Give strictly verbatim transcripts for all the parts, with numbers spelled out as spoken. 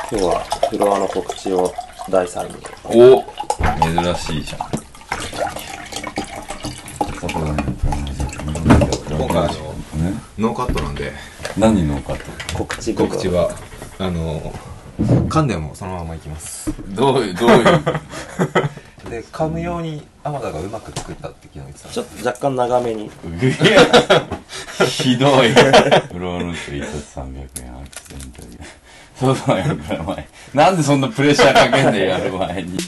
今日はフロアの告知をだいさんに。 お珍しいじゃん。佐藤がね、 今回あの、ね、ノーカットなんで。 何ノーカット？ 告知告知はあの噛んでもそのままいきます。 どういうどういうで噛むように天田がうまく作ったって昨日言ってた。 ちょっと若干長めに。 いやひどい。フロアの人一冊さんびゃくえんアクセントで。そうそうやるから前。なんでそんなプレッシャーかけんねんやる前に。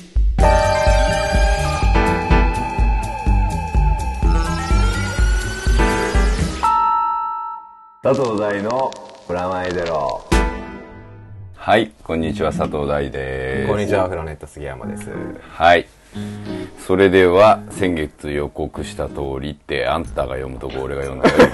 佐藤大のプラマイゼロ。 はい、こんにちは、佐藤大です。 こんにちは、フラネット杉山です。 はい。それでは先月予告した通りってあんたが読むとこ俺が読んだよ。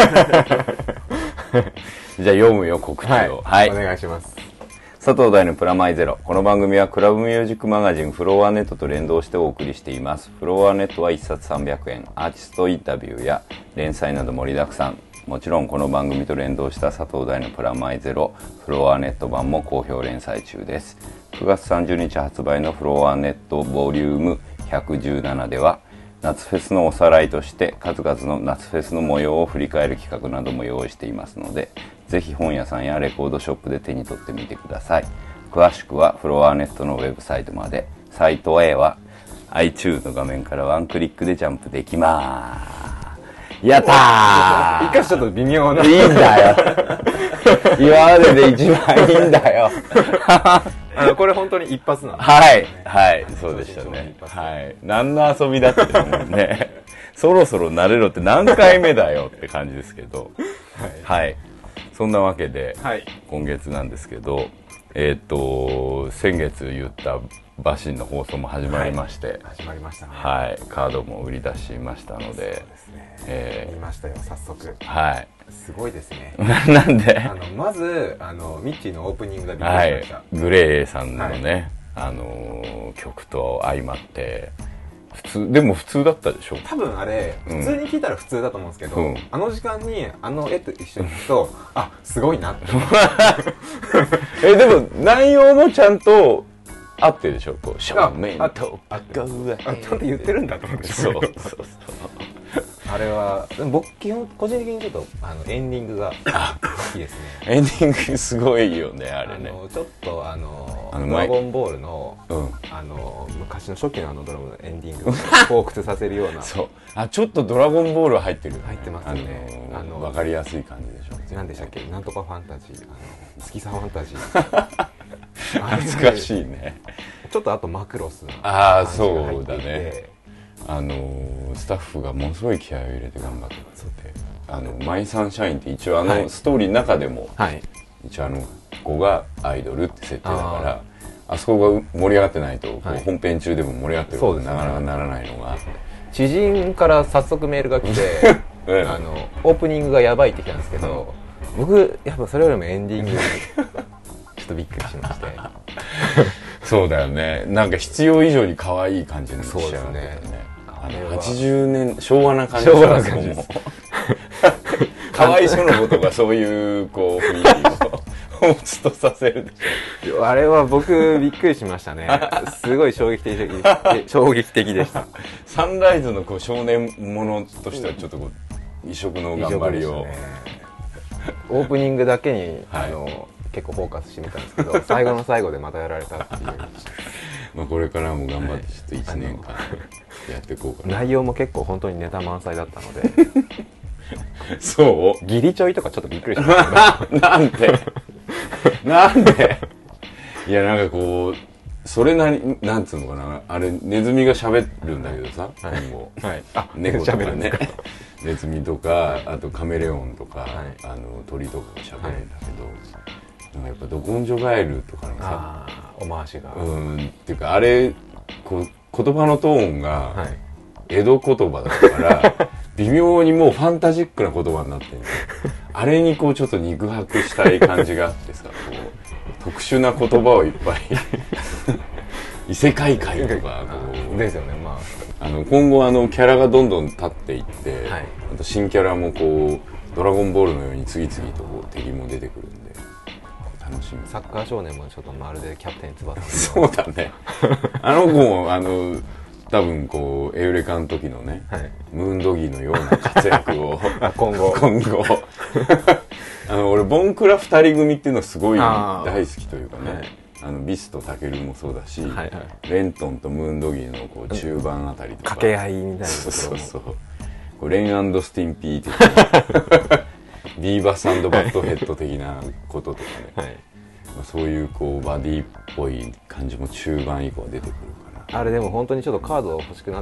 じゃあ読むよ告知を。 はい、 はい、 お願いします。 佐藤大のプラマイゼロ。この番組はクラブミュージックマガジンフロアネットと連動してお送りしています。フロアネットは一冊さんびゃくえん、アーティストインタビューや連載など盛りだくさん。もちろんこの番組と連動した佐藤大のプラマイゼロフロアネット版も好評連載中です。くがつさんじゅうにち発売のフロアネットボリュームひゃくじゅうななでは夏フェスのおさらいとして数々の夏フェスの模様を振り返る企画なども用意していますので、ぜひ本屋さんやレコードショップで手に取ってみてください。詳しくはフロアネットのウェブサイトまで。サイト A は iTunes の画面からワンクリックでジャンプできます。やったー。 一回ちょっと微妙な。 いいんだよ。今までで一番いいんだよ。 あのこれ本当に一発なの。 はい、はい、そうでしたね。はい。何の遊びだってもんね。そろそろ慣れろって何回目だよって感じですけど。はい。はい、そんなわけで、はい、今月なんですけど、えっと、先月言ったバシンの放送も始まりまして、はい、 始まりましたね。 はい、カードも売り出しましたので、そうですね。えー、見ましたよ、早速。 はい。 すごいですね。 なんであのまずあのミッチーのオープニングがびっくりしました。 はい、グレーさんのね、はい、あの曲と相まって普通でも普通だったでしょ。 多分あれ、うん、普通に聞いたら普通だと思うんですけど、うん、あの時間にあの絵と一緒に聞くとあすごいなってえでも内容もちゃんとあってでしょ。こう正面と赤上ちゃんと言ってるんだと思って。 そうそうそうあれは僕基本個人的にちょっとあのエンディングが好きですね。 エンディングすごいよねあれね。 あのちょっとあのドラゴンボールの、うん、あの昔の初期のあのドラマのエンディングを彷彿させるような。 そうあちょっとドラゴンボール入ってるよね。 入ってますよね。 あの分かりやすい感じでしょ。 何でしたっけ、なんとかファンタジー、あの月さファンタジー懐かしいね。 ちょっとあとマクロスなああそうだね。あのスタッフがものすごい気合を入れて頑張ってくれて、あのマイサンシャインって一応あのストーリーの中でも、はい、一応あの子がアイドルって設定だから、あそこが盛り上がってないと、はい、本編中でも盛り上がってることになかなかならないのが、 知人から早速メールが来てうん、あのオープニングがやばいって来たんですけど、うん、僕やっぱそれよりもエンディングにちょっとびっくりしましてそうだよね。なんか必要以上に可愛い感じにしちゃうんだよね。あのはちじゅうねん昭和な感じ昭和な感じです。 かわいそうのことがそういうこう雰囲気を彷彿とさせるでしょ。 あれは僕びっくりしましたね。すごい衝撃的衝撃的でした。 サンライズのこう少年ものとしてはちょっとこう異色の頑張りを、ね、 オープニングだけに、はい、あの結構フォーカスしてみたんですけど最後の最後でまたやられたっていうまあこれからも頑張ってちょっといちねんかんやっていこうかな。 内容も結構本当にネタ満載だったのでそうギリちょいとかちょっとびっくりしましたなんでなんでいやなんかこうそれなりなんつうのかな、あれネズミが喋るんだけどさ、 はい、 今後、 はい、あ猫とかねネズミとかあとカメレオンとか、はい、あの鳥とかが喋るんだけど、はい、なんかやっぱど根性ガエルとかのさあオマージュがうんっていうかあれこう言葉のトーンが江戸言葉だったから、はい、微妙にもうファンタジックな言葉になってるんですよ。あれにこうちょっと肉薄したい感じがあってさこう特殊な言葉をいっぱい異世界界とかこうですよね。まあ、あの今後あのキャラがどんどん立っていって、はい、あと新キャラもこうドラゴンボールのように次々とこう敵も出てくるんで楽ししみ。 サッカー少年もちょっとまるでキャプテン翼そうだね。あの子もあの多分こうエウレカの時のね、 はい、 ムーンドギーのような活躍をあ今後今後あの俺ボンクラ二人組っていうのすごい大好きというかね、はい、あのビスとタケルもそうだし、はいはい、レントンとムーンドギーのこう中盤あたりとか掛け合いみたいなところもそうそうそうこうレン&スティンピー的なビーバス&バットヘッド的なこととかね、はい、そういうこうバディっぽい感じも中盤以降出てくるからあれでも本当にちょっとカード欲しくなって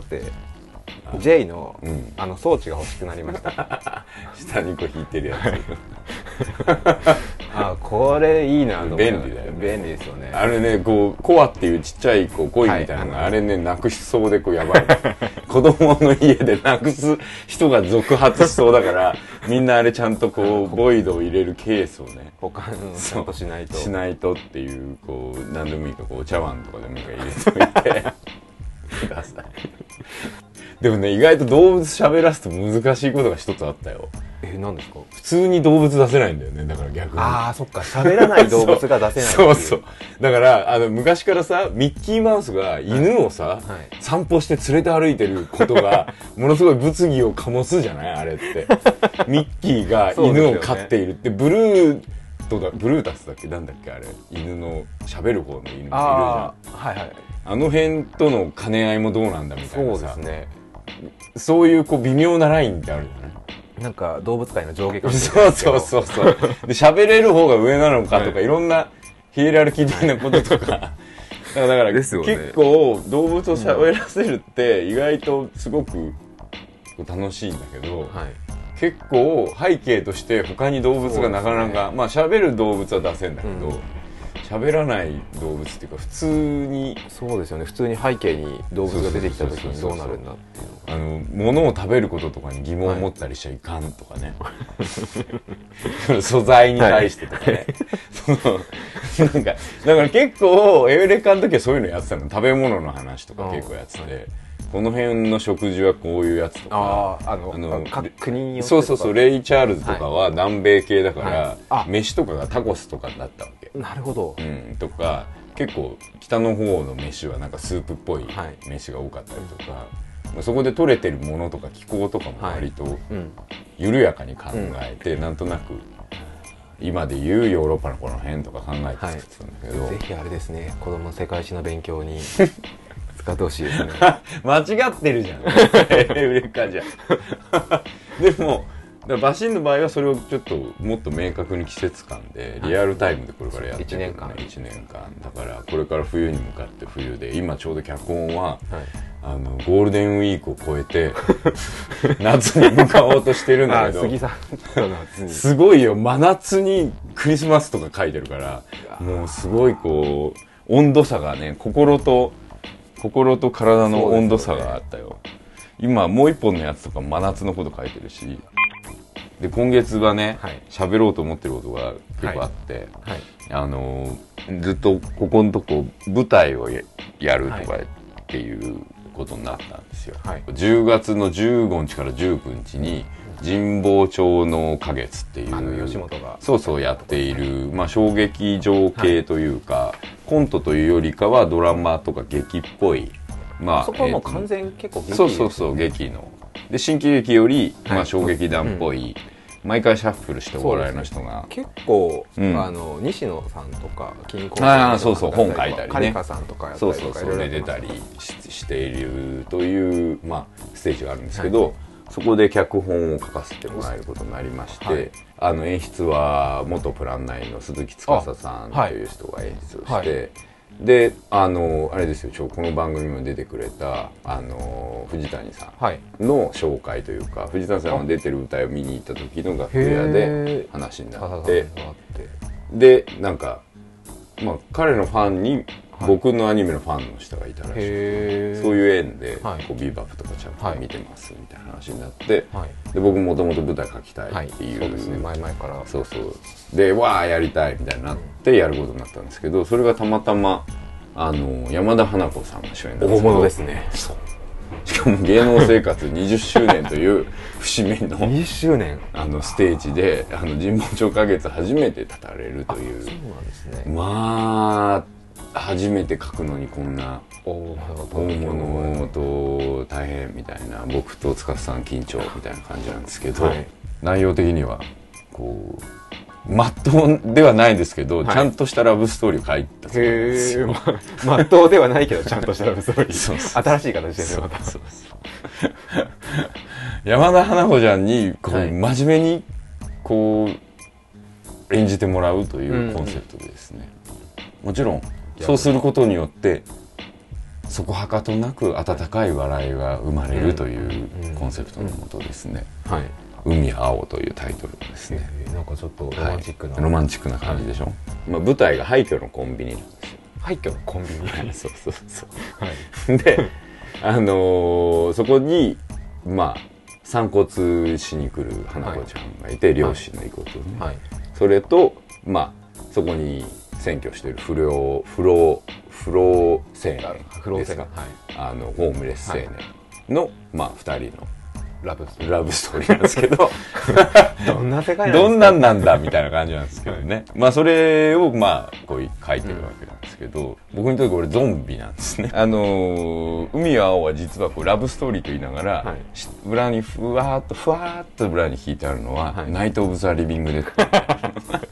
J の、うん、あの装置が欲しくなりました下にこう引いてるやつあこれいいなと思って便利だよね便利ですよねあれねこうコアっていうちっちゃいこうコインみたいなのが、はい、あれねなくしそうでこうやばい子供の家でなくす人が続発しそうだからみんなあれちゃんとこうボイドを入れるケースをね保管ちゃんとしないとしないとっていうこう何でもいいかこう茶碗とかでもいいから入れといてくださいでもね意外と動物喋らすと難しいことが一つあったよ。 え何ですか？ 普通に動物出せないんだよね。だから逆にああそっか喋らない動物が出せないそうそうだからあの昔からさミッキーマウスが犬をさ、はいはい、散歩して連れて歩いてることがものすごい物議を醸すじゃないあれってミッキーが犬を飼っているって、ね、ブルートだブルータスだっけなんだっけあれ犬の喋る方の犬もいるじゃんあ、 はいはい、 あの辺との兼ね合いもどうなんだみたいなさそうですねそういうこう微妙なラインってあるじゃないなんか動物界の上下関係そうそうそうそうで喋れる方が上なのかとか、はい、いろんなヒエラルキー的なこととかだからだから、ね、結構動物を喋らせるって意外とすごく楽しいんだけど、はい、結構背景として他に動物がなかなか、ね、まあ喋る動物は出せんだけど、うん喋らない動物っていうか普通にそうですよね普通に背景に動物が出てきた時にどうなるんだっていうあの物を食べることとかに疑問を持ったりしちゃいかんとかね、はい、素材に対してとかね、はい、そのなんかだから結構エウレカの時はそういうのやってたの食べ物の話とか結構やっててこの辺の食事はこういうやつとかああのあの各国によってそうそうそうレイ・チャールズとかは南米系だから、はい、飯とかがタコスとかになったわけなるほど、 うん、とか結構北の方の飯はなんかスープっぽい飯が多かったりとか、はい、そこで取れてるものとか気候とかも割と緩やかに考えて、はいうん、なんとなく今でいうヨーロッパのこの辺とか考えて作ってたんだけど、 はい、ぜひあれですね子供の世界史の勉強に使ってほしいですね間違ってるじゃんエウレカじゃんでもバシンの場合はそれをちょっともっと明確に季節感でリアルタイムでこれからやってる、ね、いちねんかんいちねんかんだからこれから冬に向かって冬で今ちょうど脚本は、はい、あのゴールデンウィークを超えて夏に向かおうとしてるんだけど杉さんの夏にすごいよ真夏にクリスマスとか書いてるからもうすごいこう温度差がね心と心と体の温度差があったよ、ね、今もう一本のやつとか真夏のこと書いてるしで今月はね喋、はい、ろうと思ってることが結構あって、はいはい、あのずっとここのとこ舞台を や, やるとかっていうことになったんですよ、はい、じゅうがつのじゅうごにちからじゅうくにちに神保町の花月っていうあの吉本がそうそうやっている、まあ、小劇場系というか、はい、コントというよりかはドラマとか劇っぽいまあそこはもう完全結構劇、ね、 そうそうそう劇ので新喜劇より、はいまあ、小劇団っぽい、うん、毎回シャッフルしてお笑いの人が、 ね、結構、うん、あの西野さんとか金子さんとかそうそう本書いたりねカリカさんとかやったりとかそうそうそれ出たり し, しているという、まあ、ステージがあるんですけど、はい、そこで脚本を書かせてもらえることになりまして、はい、あの演出は元プランナインの鈴木司さんという人が演出をして、はいはいであのあれですよちょこの番組も出てくれたあの藤谷さんの紹介というか、はい、藤谷さんが出てる舞台を見に行った時の楽屋で話になってでなんか、まあ、彼のファンに僕のアニメのファンの人がいたらしい、そういう縁で、はい、こうビーバップとかちゃんと見てますみたいな話になって、はい、で僕もともと舞台描きたいっていう、はい、そうですね前々からそうそうでわーやりたいみたいになってやることになったんですけどそれがたまたまあの山田花子さんが主演なんですけど大物ですねしかも芸能生活にじゅっしゅうねんという節目のにじゅっしゅうねんあのステージであの神保町花月初めて立たれるという。 そうなんですね。 まあ初めて書くのにこんな大大物と大変みたいな、僕と司さん緊張みたいな感じなんですけど、 はい、 内容的にはこうまっとうではないですけど、はい、ちゃんとしたラブストーリーを書いたつもりなんですよ。 まっとうではないけどちゃんとしたラブストーリーそうそう新しい形ですよ。またそうそう山田花子ちゃんにこう、はい、真面目にこう演じてもらうというコンセプトでですね、うん、もちろんそうすることによってそこはかとなく温かい笑いが生まれるというコンセプトのもとですね、はい、海青というタイトルですね、 えー、なんかちょっとロマンチックな、はい、 ロマンチックな感じでしょ、はい、まあ、舞台が廃墟のコンビニなんですよ。 廃墟のコンビニそうそうそう、はい、で、あのー、そこにまあ散骨しに来る花子ちゃんがいて、はい、両親の遺骨をね、はい、それとまあそこに占拠している不良不老不老青年ですか、はい、あのホームレス青年の、はい、まあふたりのラブストーリーラブストーリーなんですけどどんな世界なんですか、 どんなんなんだみたいな感じなんですけどね、はい、まあそれをまあこう書いてるわけなんですけど、うん、僕にとってこれゾンビなんですね。あのー、海は青は実はこうラブストーリーと言いながら、はい、裏にふわーっとふわーっと裏に引いてあるのは、はい、ナイト・オブ・ザ・リビング・デッド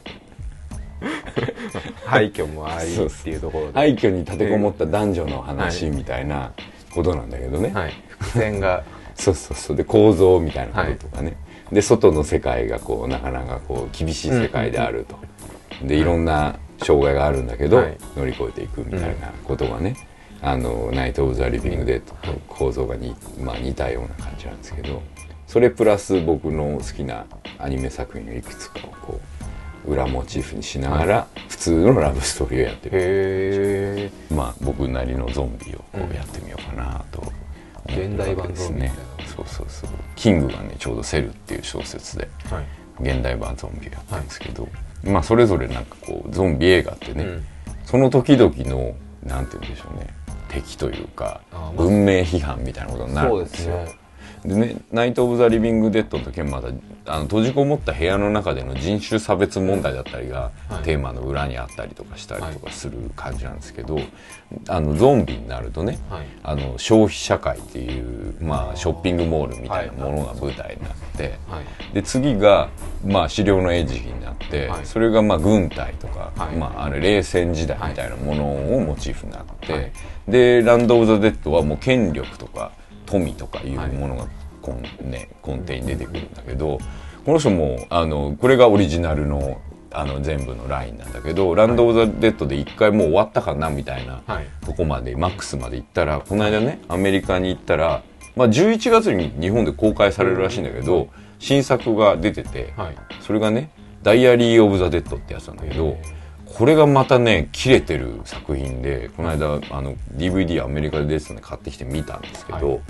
廃墟もありっていうところで廃墟に立てこもった男女の話みたいなことなんだけどね、 はい、伏線がそうそうそう、で構造みたいなこととかね、はい、で外の世界がこうなかなかこう厳しい世界であると、うん、でいろんな障害があるんだけど、はい、乗り越えていくみたいなことがね、うん、あのナイト・オブ・ザ・リビング・デッドと構造がに、まあ、似たような感じなんですけど、それプラス僕の好きなアニメ作品をいくつかをこう裏モチーフにしながら普通のラブストーリーをやってる、へー、まあ僕なりのゾンビをこうやってみようかなと思ってるわけですね。そうそうそう、キングがねちょうどセルっていう小説で現代版ゾンビをやってるんですけど、はい、まあそれぞれなんかこうゾンビ映画ってね、うん、その時々のなんて言うんでしょうね、敵というか文明批判みたいなことになるんですよ。でね、ナイト・オブ・ザ・リビング・デッドの時はまだあの閉じこもった部屋の中での人種差別問題だったりが、はい、テーマの裏にあったりとかしたりとかする感じなんですけど、はい、あのゾンビになるとね、はい、あの消費社会っていう、まあ、ショッピングモールみたいなものが舞台になって、はい、で次が、まあ、狩猟の餌食になって、はい、それがまあ軍隊とか、はい、まあ、あれ冷戦時代みたいなものをモチーフになって、はい、でランド・オブ・ザ・デッドはもう権力とか富とかいうものがこん、ね、根底に出てくるんだけど、この人もあのこれがオリジナルのあの全部のラインなんだけど、ランド・オブ・ザ・デッドで一回もう終わったかなみたいなとこまでマックスまで行ったら、この間ねアメリカに行ったら、まあ、じゅういちがつに日本で公開されるらしいんだけど、新作が出てて、それがねダイアリー・オブ・ザ・デッドってやつなんだけど、これがまたね切れてる作品で、この間あの ディーブイディー アメリカで出てたので買ってきて見たんですけど、はい、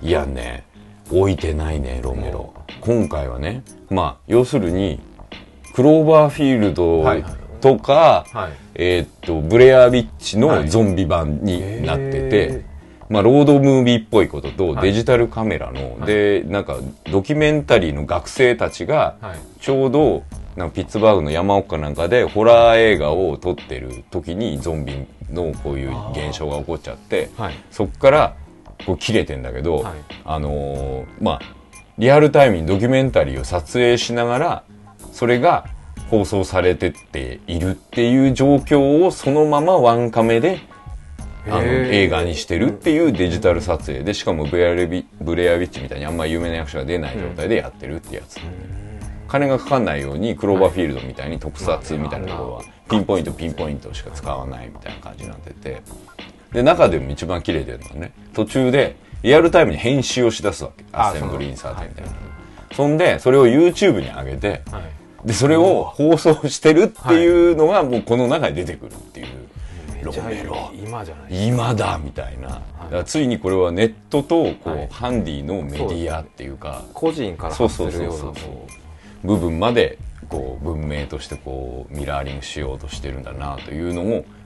いやね置いてないねロメロ。今回はね、まあ要するにクローバーフィールドとか、はいはい、えー、っとブレアウィッチのゾンビ版になってて、はい、まあロードムービーっぽいこととデジタルカメラの、はい、でなんかドキュメンタリーの学生たちがちょうどなんかピッツバーグの山奥なんかでホラー映画を撮ってる時にゾンビのこういう現象が起こっちゃって、はい、そっからこう切れてんだけど、はい、あのー、まあリアルタイムにドキュメンタリーを撮影しながらそれが放送されてっているっていう状況をそのままワンカメであの映画にしてるっていうデジタル撮影で、しかもブレアウィッチみたいにあんまり有名な役者が出ない状態でやってるってやつ、うん、金がかかんないようにクローバーフィールドみたいに特撮みたいなところはピンポイントピンポイントしか使わないみたいな感じになってて、で中でも一番綺麗でるのはね、途中でリアルタイムに編集をしだすわけ、アッセンブリインサートみたいな、はい、そんでそれを YouTube に上げて、はい、でそれを放送してるっていうのがもうこの中に出てくるっていう、ロメロ今じゃない今だみたいな、はい、だからついにこれはネットとこう、はい、ハンディのメディアっていうか、 個人から発するような部分までこう文明としてこうミラーリングしようとしてるんだなというのも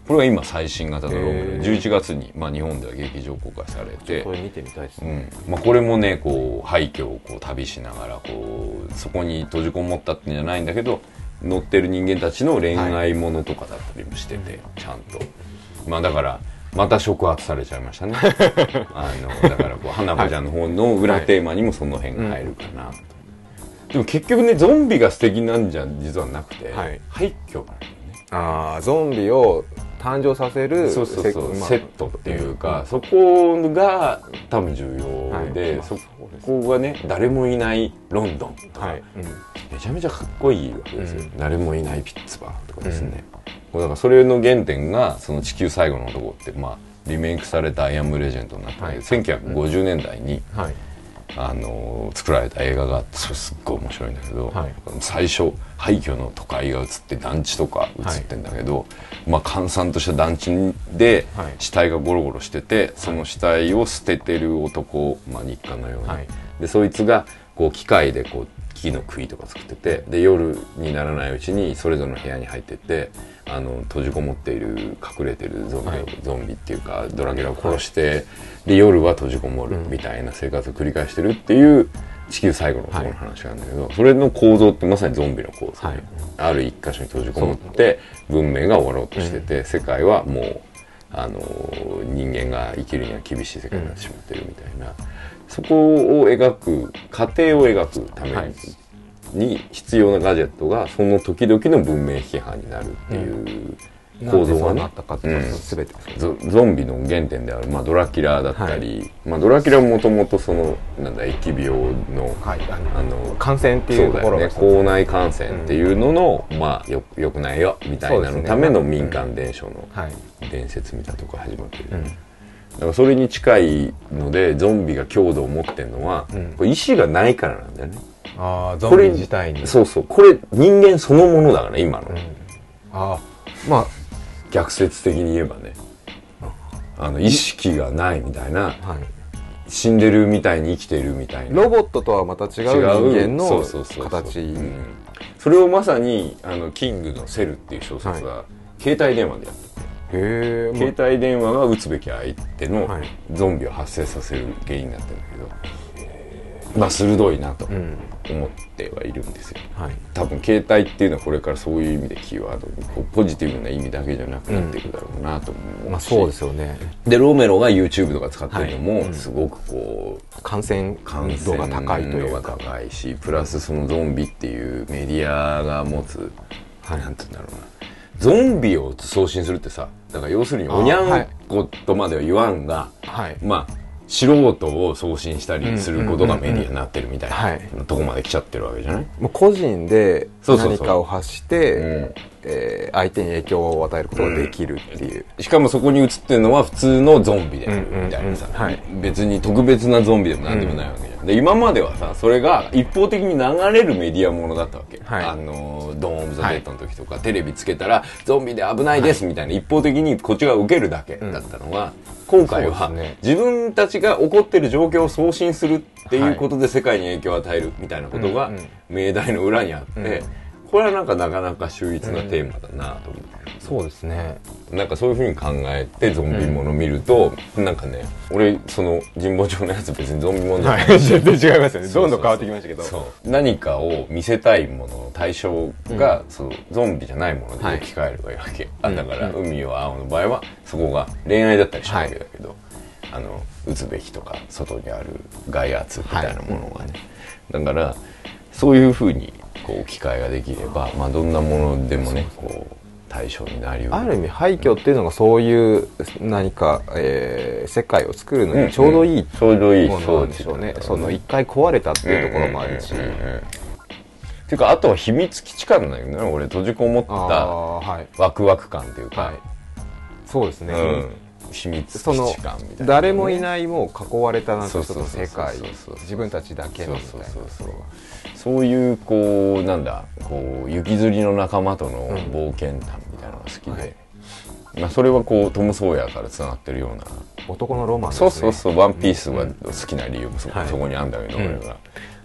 これが今最新型のロメロへーじゅういちがつに、まあ、日本では劇場公開されてこれ見てみたいですうね、 んまあ、これもねこう廃墟をこう旅しながらこうそこに閉じこもったってんじゃないんだけど乗ってる人間たちの恋愛ものとかだったりもしてて、ちゃんとまあだからまた触発されちゃいましたねあのだからこう花子ちゃんの方の裏テーマにもその辺が入るかなと、でも結局ねゾンビが素敵なんじゃ実はなくて、 はい廃墟なんだよね。 ああゾンビを誕生させるそうそうそう、 まあセットっていうか、そこが多分重要で、 はいそこがね誰もいないロンドンとか、 はい、うんめちゃめちゃかっこいいわけですよ、 うん誰もいないピッツバーグとかですね、こうだからそれの原点がその地球最後の男ってまあリメイクされたアイアムレジェンドになったんだけど、 はいせんきゅうひゃくごじゅうねんだいに、 はいあの作られた映画があってそれすっごい面白いんだけど、 はい最初廃墟の都会が映って団地とか映ってんだけど、まあ閑散とした団地ではい死体がゴロゴロしてて、その死体を捨ててる男、まあ、日課のように、 はいでそいつがこう機械でこう木の杭とか作ってて、で夜にならないうちにそれぞれの部屋に入ってってあの閉じこもっている隠れてるゾンビを、 はいゾンビっていうかドラキュラを殺して、で夜は閉じこもるみたいな生活を繰り返してるっていう地球最後の男の話なんだけど、それの構造ってまさにゾンビの構造で、 はいある一箇所に閉じこもって文明が終わろうとしてて、世界はもうあの人間が生きるには厳しい世界になってしまってるみたいな、そこを描く過程を描くために、 はいに必要なガジェットがその時々の文明批判になるっていう構造がね、 なんでそうなったかっていうのは全てゾゾンビの原点である、まあ、ドラキュラだったり、まあ、ドラキュラももともとそのなんだ疫病の、 はいあの感染っていうところがそうだよね、口内感染っていうのの、まあよよくないよみたいなのための民間伝承のはい伝説みたいなとこ始まってる、 うんだからそれに近いのでゾンビが強度を持ってるのは、 うんこれ意志がないからなんだよね。 ああゾンビ自体にそうそうこれ人間そのものだから今の、 うん、ああまあ逆説的に言えばね、あの意識がないみたいな、 はい死んでるみたいに生きてるみたいなロボットとはまた違う人間のそうそうそうそう形うんそれをまさにあのキングの「セル」っていう小説は、携帯電話でやってて、 へえ携帯電話が撃つべき相手のはいゾンビを発生させる原因になってるんだけど、まあ鋭いなとうん思ってはいるんですよ。 はい多分携帯っていうのはこれからそういう意味でキーワードにこうポジティブな意味だけじゃなくなっていくだろうなと思うし、 まあそうですよねでロメロが YouTube とか使ってるのも、 はいうんすごくこう感染感度染が高いという度かが高いしプラスそのゾンビっていうメディアが持つ、 はいなんて言うんだろうなゾンビを送信するってさだから要するにおにゃんことまでは言わんが、 はいまあ素人を送信したりすることがメディアになってるみたいはいなとこまで来ちゃってるわけじゃない、 もう個人でそうそうそう何かを発してうんえー相手に影響を与えることができるっていう、 しかもそこに映ってるのは普通のゾンビであるうんうんうんみたいなさ、 はい別に特別なゾンビでもなんでもないわけじゃん、で今まではさそれが一方的に流れるメディアものだったわけ、 はいあのドーン・オブ・ザ・デッドの時とか、テレビつけたらゾンビで危ないですみたいな、一方的にこっちが受けるだけだったのが、今回は、 そうですね自分たちが起こってる状況を送信するっていうことで世界に影響を与えるみたいなことがうんうん命題の裏にあって、 うんこれはなんかなかなか秀逸なテーマだなと思って。 そうですねなんかそういう風に考えてゾンビもの見ると、なんかね俺その神保町のやつ別にゾンビものじゃない、 全然違いますよねそうそうそうどんどん変わってきましたけどそう何かを見せたいものの対象が、そうゾンビじゃないものではい置き換えればいいわけ、あだから、 うん海は青の場合はそこが恋愛だったりしたわけだけど、あの打つべきとか外にある外圧みたいなものがね、だからそういう風にこう置き換えができれば、まあ、どんなものでもねこう対象になりうるある意味廃墟っていうのがそういう何か、えー世界を作るのにちょうどいい、 んんちょうどいいものなんでしょうねその一回壊れたっていうところもあるし、 うんうんうんうんていうかあとは秘密基地感なんだけどね俺閉じこもっあたあはいワクワク感っていうか、 はいそうですね、 うん、秘密基その地感みたいな、ね、 誰もいないもう囲われたなんか一つのそうそうそうそう世界そうそう自分たちだけのみたいなそうそうそうそういうこうなんだこう雪吊りの仲間との冒険談みたいなのが好きで、 はいまあ、それはこうトム・ソーヤーからつながってるような男のロマンですねそうそうそう「ワンピースが好きな理由もそ,、 はいそこにあるんだけど、 うん俺が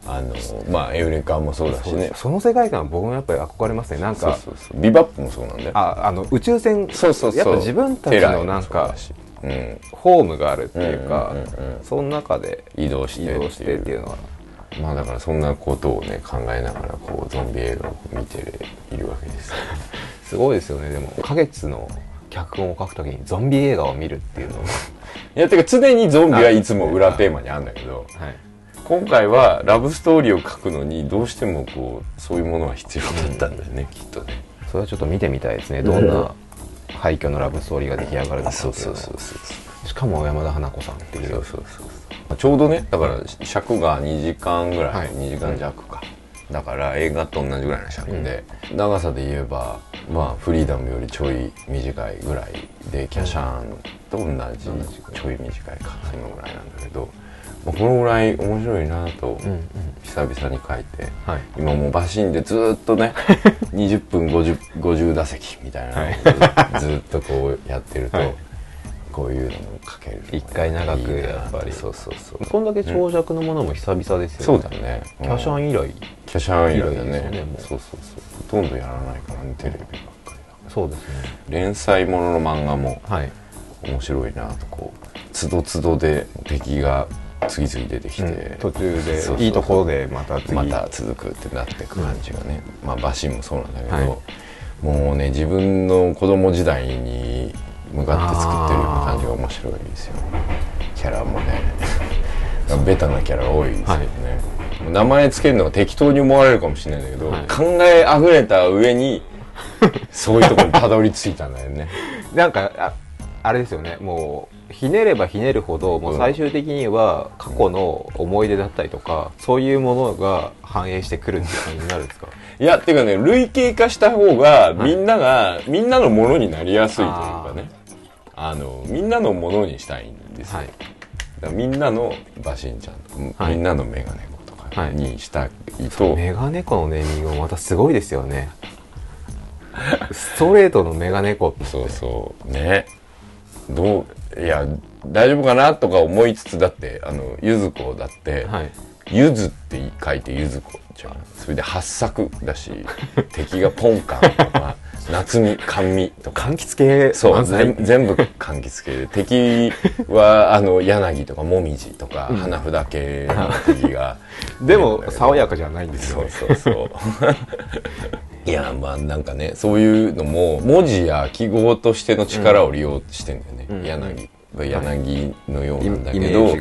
あのまあエウレカもそうだしね。 その世界観は僕もやっぱり憧れますね。なんかそうそうそうビバップもそうなんだよ。 ああの宇宙船、 そうそうそう、 やっぱ自分たちのなんかうん、 ホームがあるっていうか、 うんうんうんうん、 その中で移動して移動してっていうのは、 まあだからそんなことをね考えながらこうゾンビ映画を見ているわけです。 すごいですよね。でも花月の脚本を書くときにゾンビ映画を見るっていうのはいやてか常にゾンビはいつも裏テーマにあるんだけど、 はい、 今回はラブストーリーを書くのにどうしてもこうそういうものが必要だったんだよね、うん、きっとね。 それはちょっと見てみたいですね。どんな廃墟のラブストーリーが出来上がるのかっていうのを。 そうそうそうそうしかも山田花子さんっていう。 そうそうそうちょうどねだから尺がにじかんぐらい、はい、にじかん弱か、だから映画と同じぐらいの尺で、うん、長さで言えばまあフリーダムよりちょい短いぐらいでキャシャーンと同じちょい短いかそのぐらいなんだけど、まあ、このぐらい面白いなと久々に書いて、はい、今もうバシンでずっとねにじゅっぷんごじゅう、ごじゅう打席みたいなのをずっとこうやってると、はい、こういうのも書ける一回長くやっぱりそうそうそうこんだけ長尺のものも久々ですよね、 うん、そうだね、 キャシャン以来キャシャン以来だね、 ねそうそうそうほとんどやらないからねテレビばっかりだから。 そうですね。 連載ものの漫画も面白いなとこうつどつどで敵が次々出てきて、 うん、途中でいいところでまた次また続くってなっていく感じがね、うん、まあバシンもそうなんだけど、はい、もうね自分の子供時代に向かって作ってる感じが面白いですよ。キャラもねベタなキャラが多いですよね、はい、名前つけるのが適当に思われるかもしれないんだけど、はい、考えあふれた上にそういうところにたどり着いたんだよねなんか あ, あれですよね、もうひねればひねるほどもう最終的には過去の思い出だったりとか、うん、そういうものが反映してくるっていう感じになるんですか？ いやっていうかね類型化した方がみんなが、はい、みんなのものになりやすいというかね、あのみんなのものにしたいんですよ、はい、だからみんなのバシンちゃんとか、はい、みんなのメガネコとかにしたいと、はい、 メガネコのネーミングもまたすごいですよねストレートのメガネコってそうそうねどういや大丈夫かなとか思いつつだってあのゆず子だって、はい、ゆずって書いてゆず子じゃん。それで八作だし敵がポンカンとか夏み甘味とか柑橘系そう全部柑橘系で敵はあの柳とかもみじとか、うん、花札系の敵がでも爽やかじゃないんですよね。 そうそうそういやまあなんかねそういうのも文字や記号としての力を利用してんだよね、うん、柳柳のようなんだけど、はい、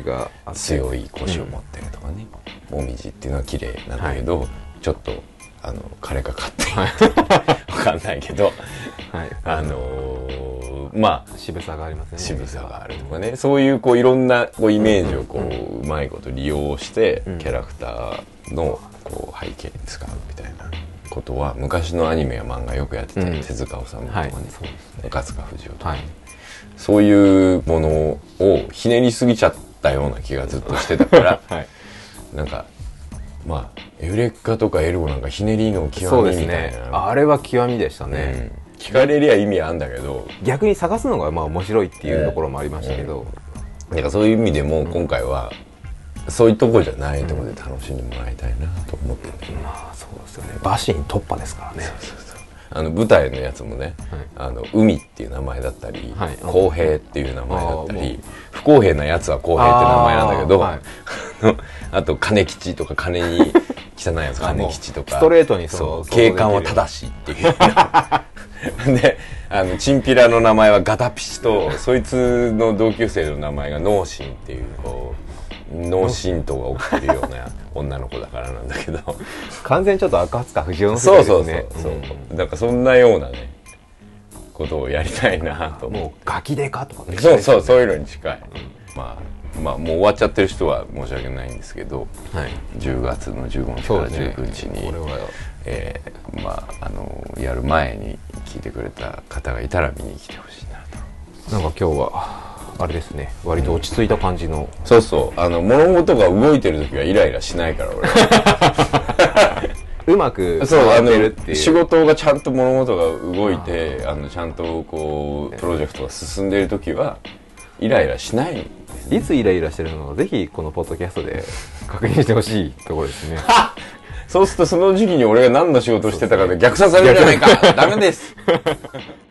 強い腰を持ってるとかね、うん、もみじっていうのは綺麗なんだけど、はい、ちょっとあの枯れかかってるわかんないけど、はい、あのー、まあ渋さがありますね。 渋さがあるとかね、そういうこういろんなこうイメージをこう、うん、うまいこと利用して、うん、キャラクターのこう背景に使うみたいなことは昔のアニメや漫画よくやってた、うん、手塚治虫とかね、赤塚不二夫とかね、はい、そういうものをひねりすぎちゃったような気がずっとしてたから、はい、なんかまあエウレカとかエルゴなんかひねりの極みみたいな、ね、 あれは極みでしたね、 うん、聞かれりゃ意味あるんだけど逆に探すのがまあ面白いっていうところもありましたけど、 うん、だからそういう意味でも今回はそういうとこじゃないところで楽しんでもらいたいなと思ってるんだよね、うん、まあそうですよね。 バシン突破ですからね。そうそうそう、 あの舞台のやつもね、はい あの海っていう名前だったり、はい、公平っていう名前だったり、不公平なやつは公平って名前なんだけど、あ、はい、あと金吉とか金に汚いやつ金吉とかストレートにその警官は正しいっていうであのチンピラの名前はガタピシとそいつの同級生の名前がノーシンっていうこう脳震盪が起きてるような女の子だからなんだけど完全にちょっと赤塚不二夫の世界ですね。 そうそうそうそう、うん、だからそんなようなねことをやりたいなと思う。 もうガキデカとか、ね、 そうそうそういうのに近い、うん、まあまあもう終わっちゃってる人は申し訳ないんですけど、はい、じゅうがつのじゅうごにちからじゅうくにちに、ねえー、まああのやる前に聞いてくれた方がいたら見に来てほしいなと。 なんか今日はあれですね、割と落ち着いた感じの、うん、 そうそうあの物事が動いてる時はイライラしないから俺うまく回ってるっていう仕事がちゃんと物事が動いてあのちゃんとこうプロジェクトが進んでいる時はイライラしないんですいつイライラしてるのかぜひこのポッドキャストで確認してほしいところですね。 そうするとその時期に俺が何の仕事をしてたかで逆算されるじゃないか。ダメです。